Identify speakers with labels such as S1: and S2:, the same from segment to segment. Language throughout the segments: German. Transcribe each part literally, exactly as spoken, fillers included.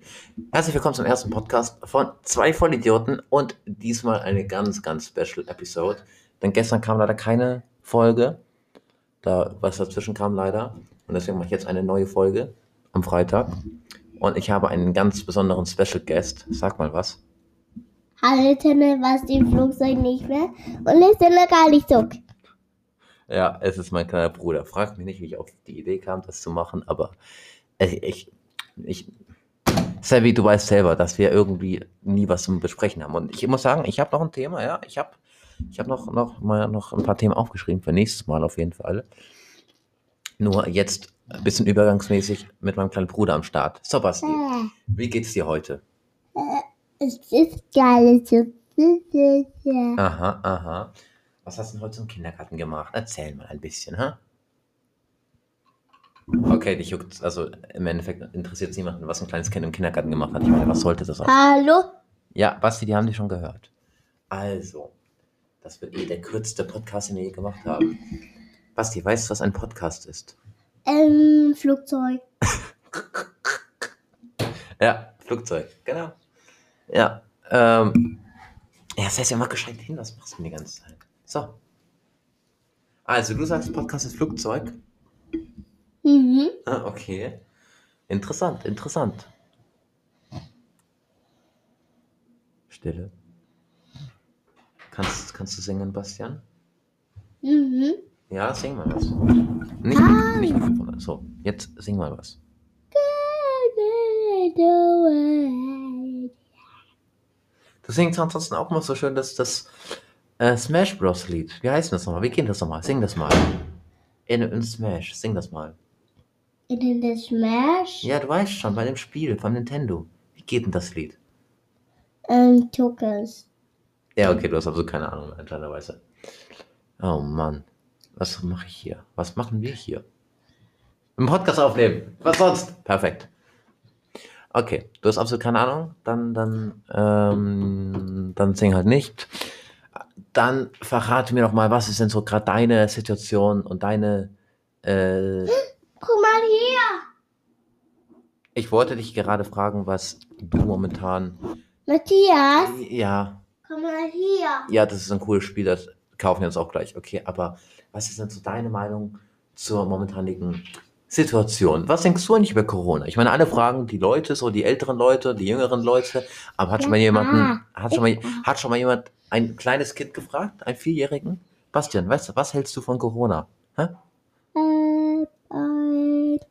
S1: Herzlich willkommen zum ersten Podcast von zwei Vollidioten und diesmal eine ganz, ganz special Episode. Denn gestern kam leider keine Folge, da was dazwischen kam leider. Und deswegen mache ich jetzt eine neue Folge am Freitag. Und ich habe einen ganz besonderen Special Guest. Sag mal was.
S2: Hallo Tenne, was im Flugzeug nicht mehr und ist in der gar nicht so.
S1: Ja, es ist mein kleiner Bruder. Frag mich nicht, wie ich auf die Idee kam, das zu machen, aber ich, ich, ich Savvy, du weißt selber, dass wir irgendwie nie was zum Besprechen haben. Und ich muss sagen, ich habe noch ein Thema, ja. Ich habe ich hab noch, noch mal noch ein paar Themen aufgeschrieben, für nächstes Mal auf jeden Fall. Nur jetzt ein bisschen übergangsmäßig mit meinem kleinen Bruder am Start. So, Basti, wie geht's dir heute?
S2: Es ist geil.
S1: Aha, aha. Was hast du denn heute im Kindergarten gemacht? Erzähl mal ein bisschen, ha? Okay, dich juckt, also im Endeffekt interessiert es niemanden, was ein kleines Kind im Kindergarten gemacht hat. Ich meine, was sollte das auch?
S2: Hallo?
S1: Ja, Basti, die haben dich schon gehört. Also, das wird eh der kürzeste Podcast, den wir je gemacht haben. Basti, weißt du, was ein Podcast ist?
S2: Ähm, Flugzeug.
S1: Ja, Flugzeug, genau. Ja, ähm, ja, das heißt ja, mach gescheit hin, was machst du denn die ganze Zeit? So. Also, du sagst, Podcast ist Flugzeug?
S2: Mhm.
S1: Ah, okay. Interessant, interessant. Stille. Kannst, kannst du singen, Bastian?
S2: Mhm.
S1: Ja, sing mal was. Nicht,
S2: Ah.
S1: nicht Mikrofon. So, jetzt sing mal was. Du singst ansonsten auch mal so schön das, das äh, Smash Bros. Lied. Wie heißt denn das nochmal? Wie geht das nochmal? Sing das mal. In, in Smash, sing das mal.
S2: In der Smash?
S1: Ja, du weißt schon, bei dem Spiel von Nintendo. Wie geht denn das Lied?
S2: Ähm, Tuckers.
S1: Ja, okay, du hast also keine Ahnung, anscheinenderweise. Oh Mann. Was mache ich hier? Was machen wir hier? Einen Podcast aufnehmen. Was sonst? Perfekt. Okay, du hast absolut keine Ahnung. Dann, dann, ähm, dann sing halt nicht. Dann verrate mir doch mal, was ist denn so gerade deine Situation und deine, äh,
S2: Guck mal hier.
S1: ich wollte dich gerade fragen, was du momentan,
S2: Matthias,
S1: ja,
S2: komm mal hier.
S1: ja, das ist ein cooles Spiel, das kaufen wir uns auch gleich, okay, aber was ist denn so deine Meinung zur momentanigen Situation? Was denkst du eigentlich über Corona? Ich meine, alle fragen die Leute, so die älteren Leute, die jüngeren Leute, aber hat schon mal
S2: Ja.
S1: jemanden, hat schon mal, hat schon mal jemand ein kleines Kind gefragt, einen Vierjährigen? Bastian, weißt du, was hältst du von Corona? Hä?
S2: Äh, äh,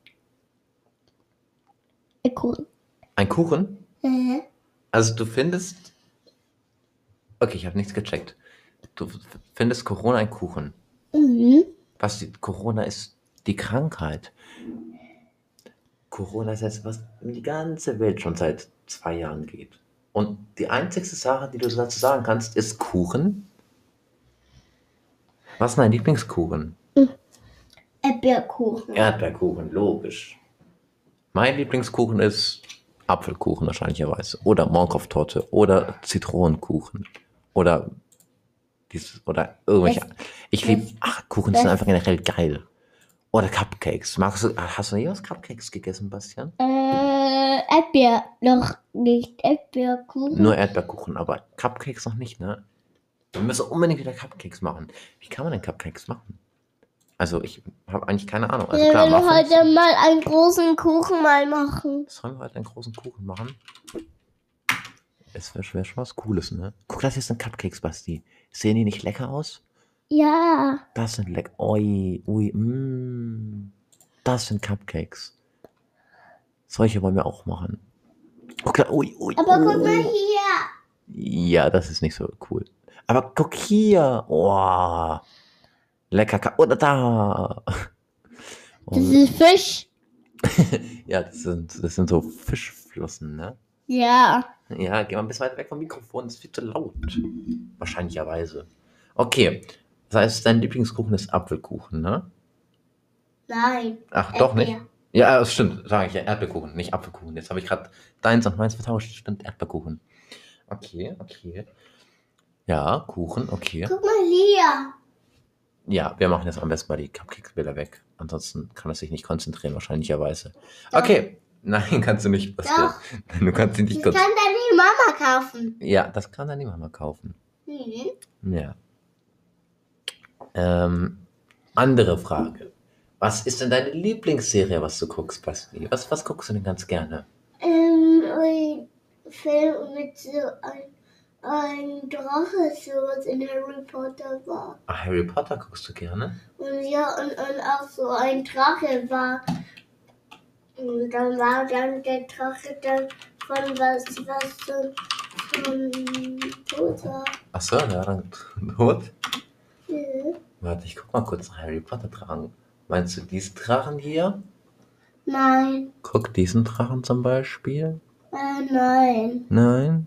S2: ein Kuchen.
S1: Ein Kuchen?
S2: Mhm.
S1: Also du findest, okay, ich habe nichts gecheckt. Du f- findest Corona ein Kuchen?
S2: Mhm.
S1: Was die, Corona ist die Krankheit. Corona ist jetzt, was in die ganze Welt schon seit zwei Jahren geht. Und die einzige Sache, die du dazu sagen kannst, ist Kuchen. Was ist dein Lieblingskuchen?
S2: Erdbeerkuchen.
S1: Erdbeerkuchen, logisch. Mein Lieblingskuchen ist Apfelkuchen wahrscheinlicherweise. Oder Mohrenkopftorte. Oder Zitronenkuchen. Oder dieses, oder irgendwelche.
S2: Das-
S1: Ich liebe,
S2: das-
S1: ach, Kuchen
S2: das-
S1: sind einfach generell geil. Oder Cupcakes. Magst du, hast du jemals Cupcakes gegessen, Bastian?
S2: Äh, Erdbeer, noch nicht Erdbeerkuchen.
S1: Nur Erdbeerkuchen, aber Cupcakes noch nicht, ne? Wir müssen unbedingt wieder Cupcakes machen. Wie kann man denn Cupcakes machen? Also ich habe eigentlich keine Ahnung. Also
S2: Wir
S1: klar,
S2: werden
S1: Muffins.
S2: heute mal einen großen Kuchen mal machen.
S1: Sollen wir heute einen großen Kuchen machen? Es wäre wär schon was Cooles, ne? Guck, das hier sind Cupcakes, Basti. Sehen die nicht lecker aus?
S2: Ja.
S1: Das sind lecker. Ui, ui, mm. Das sind Cupcakes. Solche wollen wir auch machen. Guck da, ui, ui.
S2: Aber
S1: oh.
S2: guck mal hier.
S1: Ja, das ist nicht so cool. Aber guck hier. Oh. Lecker. Ka- Oder da. Oh.
S2: Das ist Fisch.
S1: Ja, das sind, das sind so Fischflossen, ne?
S2: Ja.
S1: Ja, geh mal ein bisschen weiter weg vom Mikrofon, das ist viel zu laut. Wahrscheinlicherweise. Okay, das heißt, dein Lieblingskuchen ist Apfelkuchen, ne?
S2: Nein.
S1: Ach, doch
S2: Erdbeer.
S1: nicht? Ja, das stimmt, sage ich ja, Erdbeerkuchen, nicht Apfelkuchen. Jetzt habe ich gerade deins und meins vertauscht. Stimmt, Erdbeerkuchen. Okay, okay. Ja, Kuchen, okay.
S2: Guck mal hier.
S1: Ja, wir machen jetzt am besten mal die Cupcakes-Bilder weg. Ansonsten kann es sich nicht konzentrieren, wahrscheinlicherweise. Okay, Nein, kannst du nicht basteln.
S2: Doch,
S1: Nein, du kannst sie
S2: das
S1: nicht
S2: kann
S1: kurz.
S2: dann die Mama kaufen.
S1: Ja, das kann dann die Mama kaufen.
S2: Mhm.
S1: Ja. Ähm, andere Frage. Was ist denn deine Lieblingsserie, was du guckst, Basti? Was, was guckst du denn ganz gerne?
S2: Ähm, ein Film mit so ein, ein Drache, so was in Harry Potter war.
S1: Ah, Harry Potter guckst du gerne?
S2: Und ja, und, und auch so ein Drache war. Und dann war dann der Drache dann von was, was so von Tod war.
S1: Achso, der war dann tot.
S2: Mhm.
S1: Warte, ich guck mal kurz nach Harry Potter Drachen. Meinst du diesen Drachen hier?
S2: Nein,
S1: Guck, diesen Drachen zum Beispiel.
S2: äh, nein.
S1: Nein?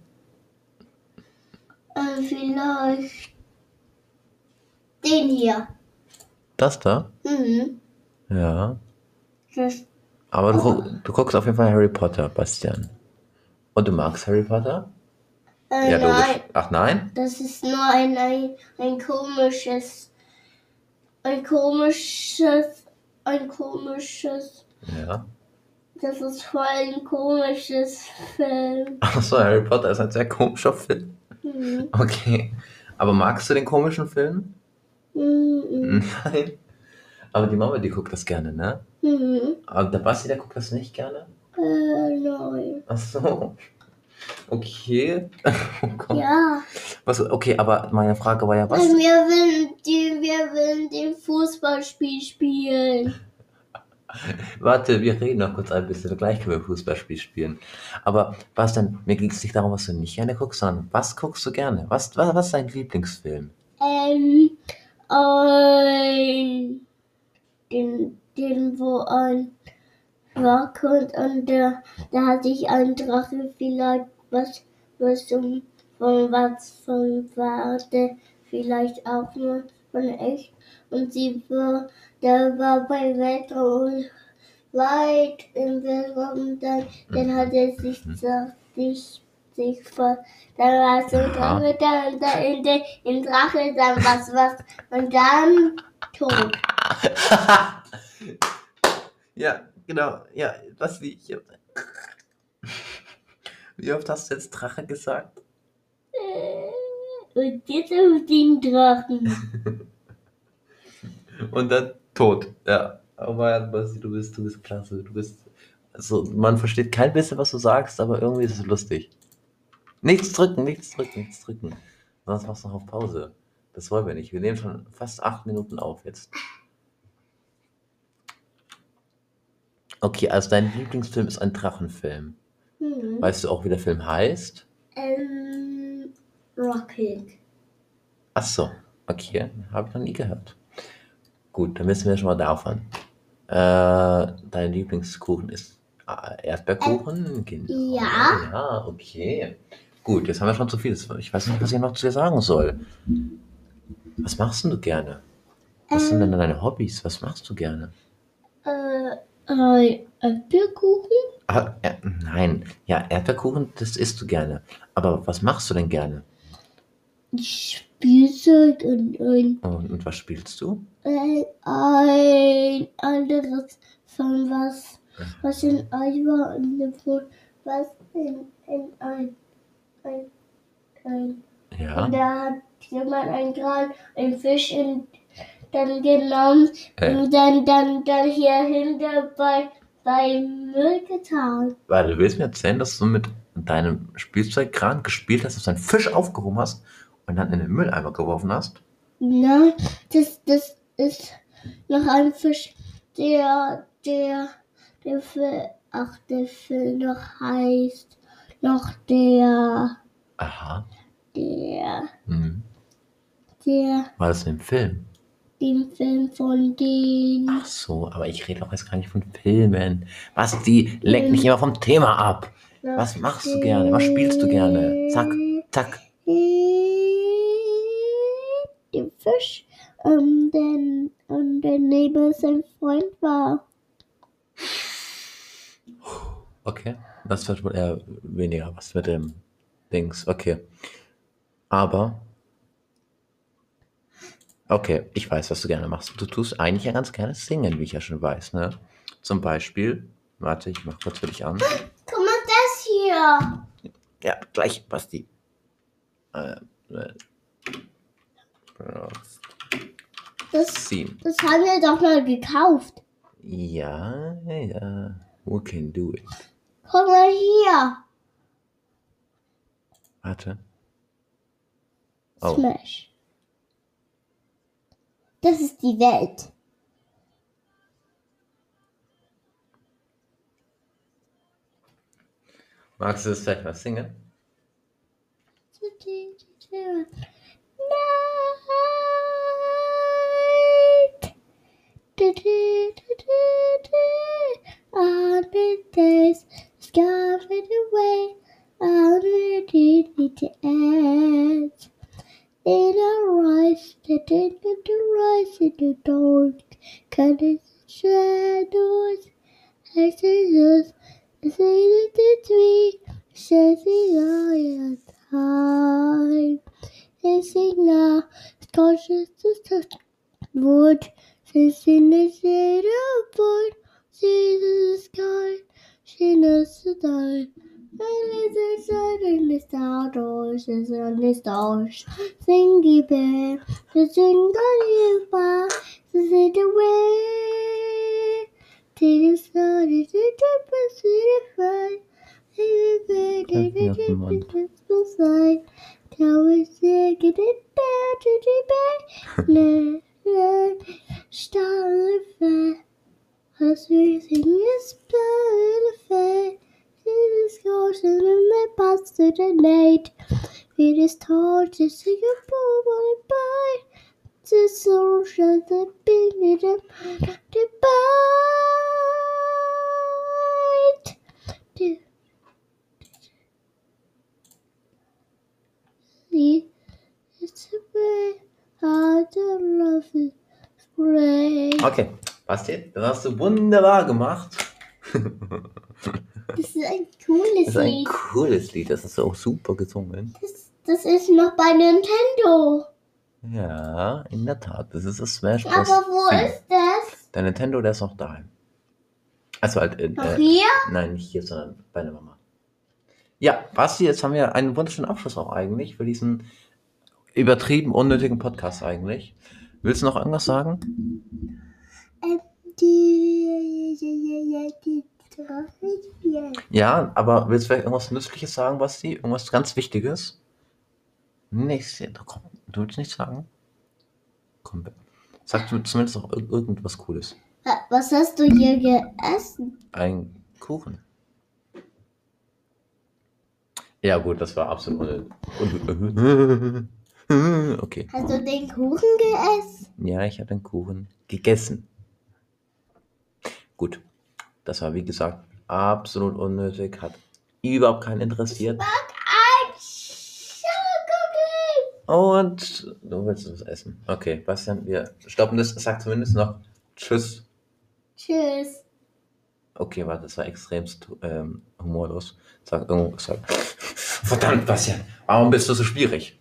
S2: Äh, vielleicht den hier.
S1: Das da?
S2: Mhm.
S1: Ja.
S2: Das,
S1: Aber du, guck, du guckst auf jeden Fall Harry Potter, Bastian. Und du magst Harry Potter?
S2: äh,
S1: Ja,
S2: nein.
S1: logisch. Ach nein?
S2: Das ist nur ein, ein, ein komisches, ein komisches, ein komisches,
S1: Ja.
S2: das ist voll ein komisches Film.
S1: Achso, Harry Potter ist ein sehr komischer Film.
S2: Mhm.
S1: Okay. Aber magst du den komischen Film?
S2: Mhm.
S1: Nein. Aber die Mama, die guckt das gerne, ne?
S2: Mhm.
S1: Aber der Basti, der guckt das nicht gerne?
S2: Äh, nein.
S1: Ach so. Okay. Oh Gott.
S2: Ja.
S1: Was, okay, aber meine Frage war ja, was?
S2: Weil wir wollen, die, wir wollen den Fußballspiel spielen.
S1: Warte, wir reden noch kurz ein bisschen, gleich können wir Fußballspiel spielen. Aber was denn, mir ging es nicht darum, was du nicht gerne guckst, sondern was guckst du gerne? Was, was, was ist dein Lieblingsfilm?
S2: Ähm, ein, den, den, wo ein Drache und, und da, da hatte ich einen Drache vielleicht was, was zum, von was von Warte, vielleicht auch nur von echt. Und sie war, da war bei Weltraum weit im Weltraum, dann, dann hat er sich, so- sich, sich voll, dann war so ein
S1: Aha.
S2: Drache da und da in der, im Drache dann was, was, und dann tot.
S1: Ja, genau, ja, was wie ich. Wie oft hast du jetzt Drache gesagt?
S2: Und jetzt auf den Drachen.
S1: Und dann tot. Ja. Aber Basti, du bist, du bist klasse. Du bist. Also, man versteht kein bisschen, was du sagst, aber irgendwie ist es lustig. Nichts drücken, nichts drücken, nichts drücken. Sonst machst du noch auf Pause. Das wollen wir nicht. Wir nehmen schon fast acht Minuten auf jetzt. Okay, also dein Lieblingsfilm ist ein Drachenfilm.
S2: Hm.
S1: Weißt du auch, wie der Film heißt?
S2: Ähm, Rocket.
S1: Ach so, okay, habe ich noch nie gehört. Gut, dann wissen wir schon mal davon. Äh, dein Lieblingskuchen ist äh, Erdbeerkuchen? Genau.
S2: ja.
S1: Ja, okay. Gut, jetzt haben wir schon zu viel. Ich weiß nicht, was ich noch zu dir sagen soll. Was machst denn du gerne? Was sind denn deine Hobbys? Was machst du gerne?
S2: Äh, ein Äpfelkuchen?
S1: Ah, äh, nein, ja, Erdbeerkuchen, das isst du gerne. Aber was machst du denn gerne?
S2: Spielzeug und ein,
S1: Und, und was spielst du?
S2: äh, ein anderes von was, was in Ei war und davon was in, in ein, ein, ein.
S1: Ja.
S2: Und da hat jemand ein Gran, ein Fisch in, dann genommen
S1: Äh.
S2: und dann, dann, dann hier hinter bei, bei Müll getan.
S1: Weil du willst mir erzählen, dass du mit deinem Spielzeugkran gespielt hast, dass du einen Fisch aufgehoben hast und dann in den Mülleimer geworfen hast?
S2: Nein, das, das ist noch ein Fisch, der, der, der Film, ach, der Film noch heißt, noch der,
S1: Aha.
S2: der,
S1: Mhm.
S2: der,
S1: War das in dem Film?
S2: den Film von den,
S1: Ach so, aber ich rede auch jetzt gar nicht von Filmen. Basti, leck mich immer vom Thema ab. Was machst du gerne? Was spielst du gerne? Zack, zack.
S2: den Fisch, ähm, denn, und der neben sein Freund war.
S1: Okay, das wird wohl eher weniger was mit dem Dings. Okay. Aber, okay, ich weiß, was du gerne machst. Du tust eigentlich ja ganz gerne singen, wie ich ja schon weiß, ne? Zum Beispiel, Warte, ich mach kurz für dich an.
S2: Guck mal das hier.
S1: Ja, gleich, Basti. Äh, äh,
S2: Das,
S1: Sieben.
S2: das haben wir doch mal gekauft.
S1: Ja, ja, ja. Who can do it?
S2: Guck mal hier.
S1: Warte. Oh.
S2: Smash. Das ist die Welt.
S1: Magst du das vielleicht mal singen?
S2: Night. On the days sky fade away, on the need to end. In our eyes, the dead to rise in the dark, cutting shadows, as it is, in the tree, setting eye at time. Hissing now, conscious to wood, since in the shade of wood, sees the sky, she knows to die. And it's a sun in the stars, the sun is stars, singing bear, the sing on you by, the sit away, till the sun is in the Pacific, the side, till we say get it down to the bed, Starlight, as we sing is blood, it is golden and my past to the night. It is told to sing a bubble by the soul shall the big the bite. It's a way I don't love it.
S1: Okay, Basti, das hast du wunderbar gemacht.
S2: Das ist ein cooles
S1: Das ist ein
S2: Lied.
S1: cooles Lied, das ist auch super gesungen.
S2: Das, das ist noch bei Nintendo.
S1: Ja, in der Tat, das ist das Smash Bros.
S2: Aber wo
S1: sieben.
S2: ist das?
S1: Der Nintendo, der ist noch daheim. Also halt, äh,
S2: Noch
S1: äh,
S2: hier?
S1: nein, nicht hier, sondern bei der Mama. Ja, Basti, jetzt haben wir einen wunderschönen Abschluss auch eigentlich für diesen übertrieben unnötigen Podcast eigentlich. Willst du noch irgendwas sagen?
S2: Ähm, die, die, die, die,
S1: Ja, aber willst du vielleicht irgendwas Nützliches sagen, Basti? Irgendwas ganz Wichtiges? Nichts. Komm, du willst nichts sagen? Komm, sag du zumindest noch ir- irgendwas Cooles.
S2: Was hast du hier gegessen?
S1: Ein Kuchen. Ja gut, das war absolut unnötig. Okay.
S2: Hast du den Kuchen gegessen?
S1: Ja, ich habe den Kuchen gegessen. Gut, das war wie gesagt absolut unnötig, hat überhaupt keinen interessiert.
S2: Ein Schokocreme.
S1: Und du willst was essen. Okay, Bastian, wir stoppen das. Sag zumindest noch Tschüss.
S2: Tschüss.
S1: Okay, warte, das war extremst ähm, humorlos. Sag irgendwo, sag. Verdammt, Bastian, warum bist du so schwierig?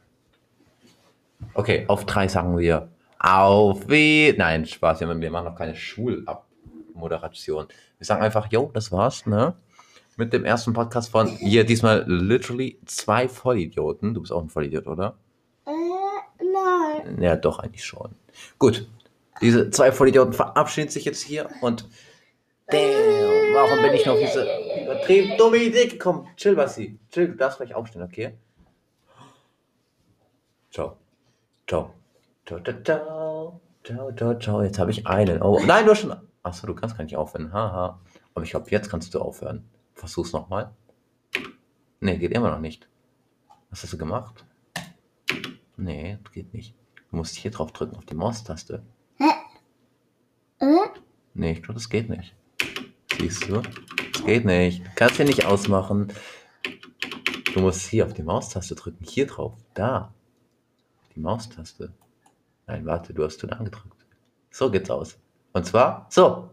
S1: Okay, auf drei sagen wir auf wie. Nein, Spaß, wir wir machen noch keine Schulabmoderation. Wir sagen einfach, jo, das war's, ne? Mit dem ersten Podcast von hier diesmal literally zwei Vollidioten. Du bist auch ein Vollidiot, oder?
S2: Äh, nein.
S1: Ja, doch, eigentlich schon. Gut, diese zwei Vollidioten verabschieden sich jetzt hier und damn, warum bin ich noch auf diese übertrieben dumme Idee gekommen? Chill, Basti. Chill, du darfst gleich aufstehen, okay? Ciao. Ciao. Ciao, ciao, ciao. Ciao, ciao, ciao. Jetzt habe ich einen. Oh, nein, du hast schon. Achso, du kannst gar nicht aufhören. Haha. Aber ich glaube, jetzt kannst du aufhören. Versuch's nochmal. Nee, geht immer noch nicht. Was hast du gemacht? Nee, das geht nicht. Du musst hier drauf drücken, auf die Maustaste.
S2: Hä? Äh?
S1: Nee, ich glaube, das geht nicht. Siehst du? Das geht nicht. Du kannst hier nicht ausmachen. Du musst hier auf die Maustaste drücken. Hier drauf. Da. Die Maustaste. Nein, warte, du hast zu lang gedrückt. So geht's aus. Und zwar so.